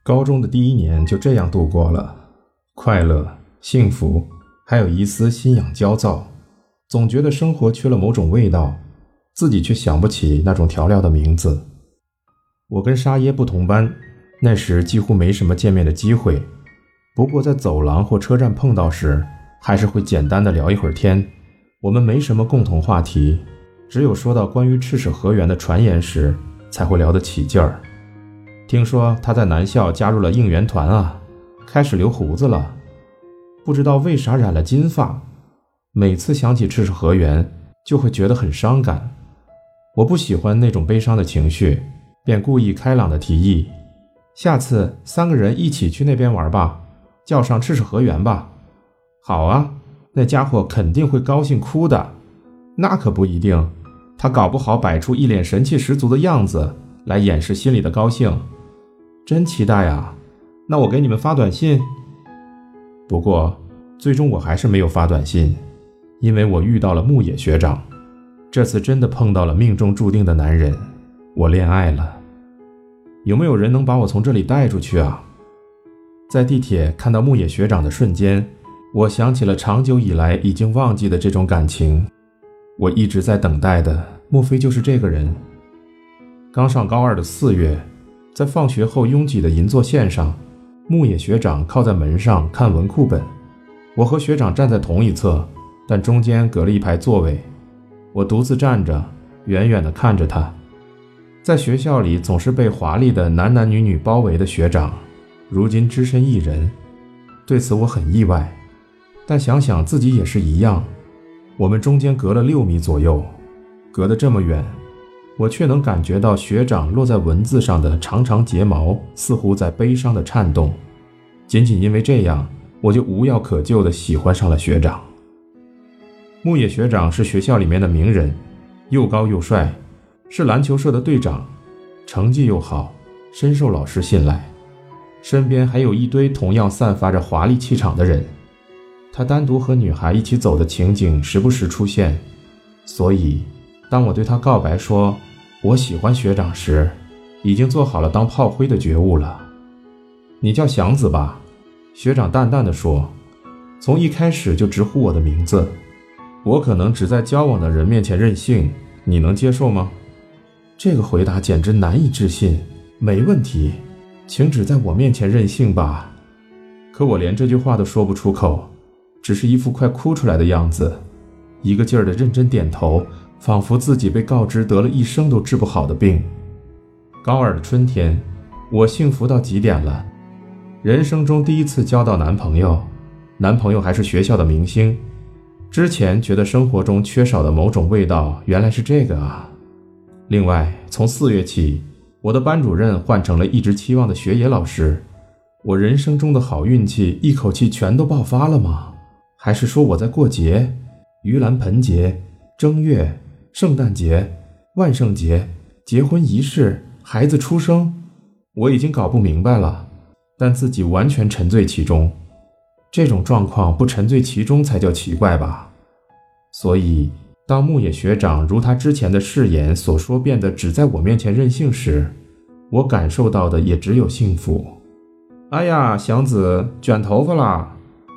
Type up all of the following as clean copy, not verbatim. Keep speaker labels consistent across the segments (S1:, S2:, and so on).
S1: 高中的第一年就这样度过了，快乐、幸福，还有一丝心痒焦躁，总觉得生活缺了某种味道，自己却想不起那种调料的名字。我跟沙耶不同班，那时几乎没什么见面的机会，不过在走廊或车站碰到时，还是会简单的聊一会儿天。我们没什么共同话题，只有说到关于赤石河原的传言时，才会聊得起劲儿。听说他在南校加入了应援团啊，开始留胡子了，不知道为啥染了金发。每次想起赤石河原，就会觉得很伤感。我不喜欢那种悲伤的情绪，便故意开朗地提议，下次3个人一起去那边玩吧，叫上赤石河原吧。好啊，那家伙肯定会高兴哭的。那可不一定，他搞不好摆出一脸神气十足的样子来掩饰心里的高兴。真期待啊，那我给你们发短信。不过最终我还是没有发短信，因为我遇到了牧野学长。这次真的碰到了命中注定的男人，我恋爱了。有没有人能把我从这里带出去啊？在地铁看到牧野学长的瞬间，我想起了长久以来已经忘记的这种感情。我一直在等待的，莫非就是这个人？刚上高2的4月，在放学后拥挤的银座线上，牧野学长靠在门上看文库本，我和学长站在同一侧，但中间隔了一排座位。我独自站着，远远地看着他。在学校里总是被华丽的男男女女包围的学长，如今只身一人，对此我很意外。但想想自己也是一样，我们中间隔了6米左右，隔得这么远，我却能感觉到学长落在文字上的长长睫毛似乎在悲伤地颤动。仅仅因为这样，我就无药可救地喜欢上了学长。牧野学长是学校里面的名人，又高又帅，是篮球社的队长，成绩又好，深受老师信赖，身边还有一堆同样散发着华丽气场的人。他单独和女孩一起走的情景时不时出现，所以当我对他告白说我喜欢学长时，已经做好了当炮灰的觉悟了。你叫祥子吧，学长淡淡地说，从一开始就直呼我的名字。我可能只在交往的人面前任性，你能接受吗？这个回答简直难以置信。没问题，请只在我面前任性吧。可我连这句话都说不出口，只是一副快哭出来的样子，一个劲儿的认真点头，仿佛自己被告知得了一生都治不好的病。高2的春天，我幸福到极点了，人生中第一次交到男朋友，男朋友还是学校的明星。之前觉得生活中缺少的某种味道，原来是这个啊。另外，从4月起，我的班主任换成了一直期望的学野老师。我人生中的好运气一口气全都爆发了吗？还是说我在过节？盂兰盆节、正月、圣诞节、万圣节、结婚仪式、孩子出生，我已经搞不明白了，但自己完全沉醉其中。这种状况不沉醉其中才叫奇怪吧。所以当牧野学长如他之前的誓言所说变得只在我面前任性时，我感受到的也只有幸福。哎呀，祥子卷头发了。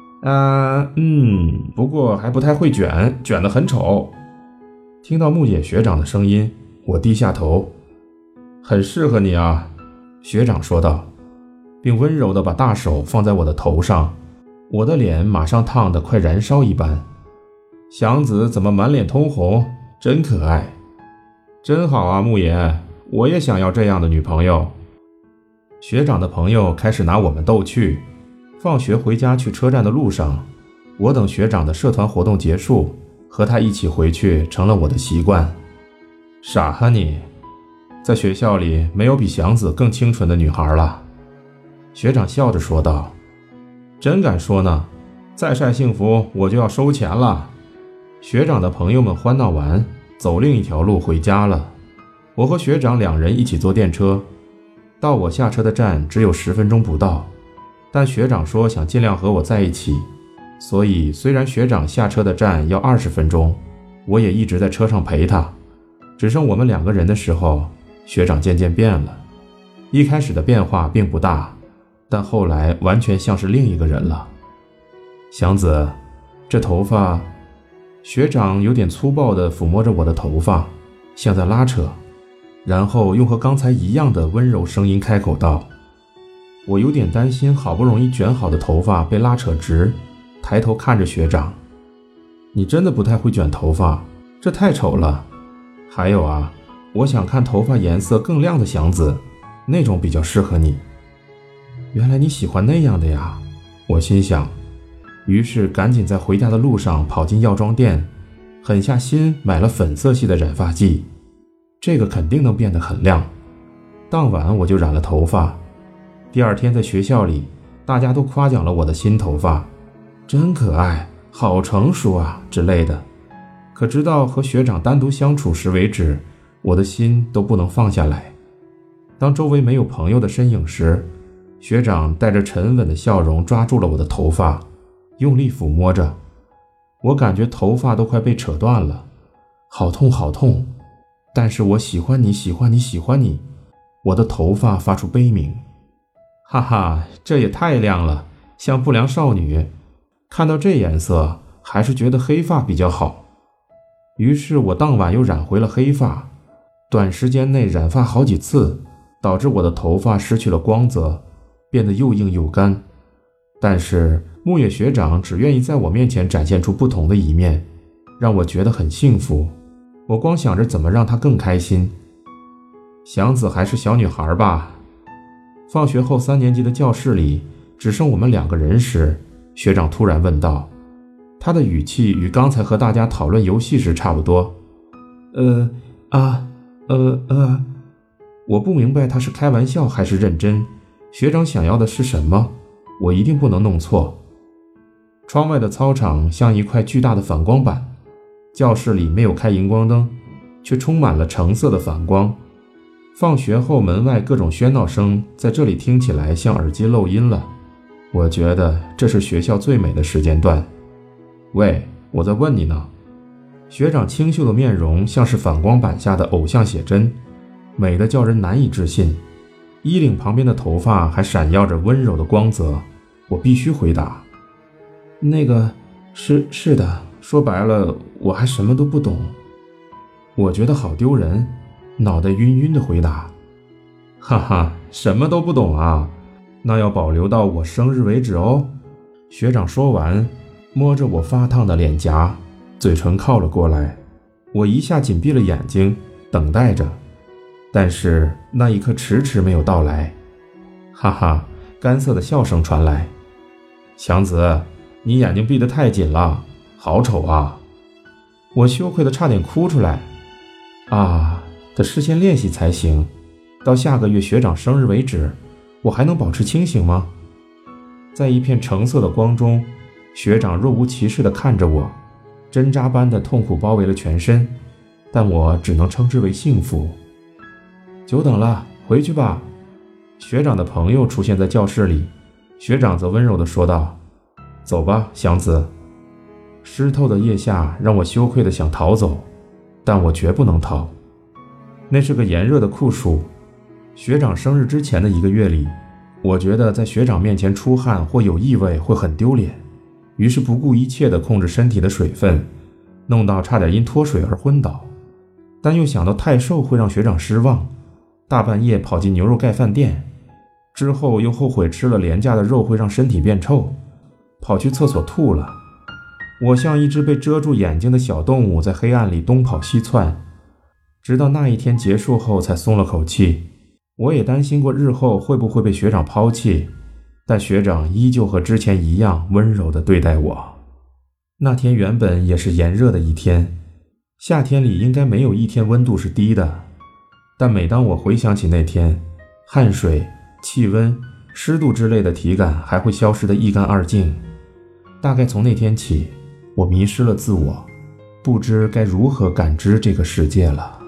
S1: 不过还不太会卷，卷得很丑。听到牧野学长的声音，我低下头。很适合你啊，学长说道，并温柔地把大手放在我的头上。我的脸马上烫得快燃烧一般。祥子怎么满脸通红，真可爱。真好啊，牧野，我也想要这样的女朋友。学长的朋友开始拿我们逗趣。放学回家去车站的路上，我等学长的社团活动结束，和他一起回去成了我的习惯。傻哈你，在学校里没有比祥子更清纯的女孩了。学长笑着说道。真敢说呢，再晒幸福我就要收钱了。学长的朋友们欢闹完，走另一条路回家了。我和学长2人一起坐电车，到我下车的站只有10分钟不到，但学长说想尽量和我在一起，所以虽然学长下车的站要20分钟，我也一直在车上陪他。只剩我们2个人的时候，学长渐渐变了。一开始的变化并不大， 但后来完全像是另一个人了。祥子，这头发……学长有点粗暴地抚摸着我的头发，像在拉扯，然后用和刚才一样的温柔声音开口道。我有点担心好不容易卷好的头发被拉扯直，抬头看着学长。你真的不太会卷头发，这太丑了。还有啊，我想看头发颜色更亮的祥子，那种比较适合你。原来你喜欢那样的呀，我心想。于是赶紧在回家的路上跑进药妆店，狠下心买了粉色系的染发剂，这个肯定能变得很亮。当晚我就染了头发，第二天在学校里，大家都夸奖了我的新头发，真可爱，好成熟啊之类的。可直到和学长单独相处时为止，我的心都不能放下来。当周围没有朋友的身影时，学长带着沉稳的笑容抓住了我的头发，用力抚摸着，我感觉头发都快被扯断了，好痛好痛。但是我喜欢你，喜欢你，喜欢你。我的头发发出悲鸣。哈哈，这也太亮了，像不良少女。看到这颜色，还是觉得黑发比较好。于是我当晚又染回了黑发，短时间内染发好几次，导致我的头发失去了光泽，变得又硬又干。但是木野学长只愿意在我面前展现出不同的一面，让我觉得很幸福。我光想着怎么让他更开心。祥子还是小女孩吧。放学后3年级的教室里只剩我们2个人时，学长突然问道，他的语气与刚才和大家讨论游戏时差不多。我不明白他是开玩笑还是认真，学长想要的是什么，我一定不能弄错。窗外的操场像一块巨大的反光板，教室里没有开荧光灯，却充满了橙色的反光。放学后门外各种喧闹声在这里听起来像耳机漏音了。我觉得这是学校最美的时间段。喂，我在问你呢。学长清秀的面容像是反光板下的偶像写真，美得叫人难以置信。衣领旁边的头发还闪耀着温柔的光泽。我必须回答，那个是的，说白了我还什么都不懂。我觉得好丢人，脑袋晕晕的回答，哈哈，什么都不懂啊，那要保留到我生日为止哦。学长说完，摸着我发烫的脸颊，嘴唇靠了过来。我一下紧闭了眼睛，等待着，但是那一刻迟迟没有到来。哈哈，干涩的笑声传来，祥子，你眼睛闭得太紧了，好丑啊。我羞愧得差点哭出来。得事先练习才行，到下个月学长生日为止，我还能保持清醒吗？在一片橙色的光中，学长若无其事地看着我，针扎般的痛苦包围了全身，但我只能称之为幸福。久等了，回去吧。学长的朋友出现在教室里，学长则温柔地说道，走吧，祥子。湿透的腋下让我羞愧地想逃走，但我绝不能逃。那是个炎热的酷暑，学长生日之前的1个月里，我觉得在学长面前出汗或有异味会很丢脸，于是不顾一切地控制身体的水分，弄到差点因脱水而昏倒。但又想到太瘦会让学长失望，大半夜跑进牛肉盖饭店，之后又后悔吃了廉价的肉会让身体变臭，跑去厕所吐了。我像一只被遮住眼睛的小动物，在黑暗里东跑西窜，直到那一天结束后才松了口气。我也担心过日后会不会被学长抛弃，但学长依旧和之前一样温柔地对待我。那天原本也是炎热的一天，夏天里应该没有一天温度是低的，但每当我回想起那天，汗水、气温、湿度之类的体感还会消失得一干二净。大概从那天起，我迷失了自我，不知该如何感知这个世界了。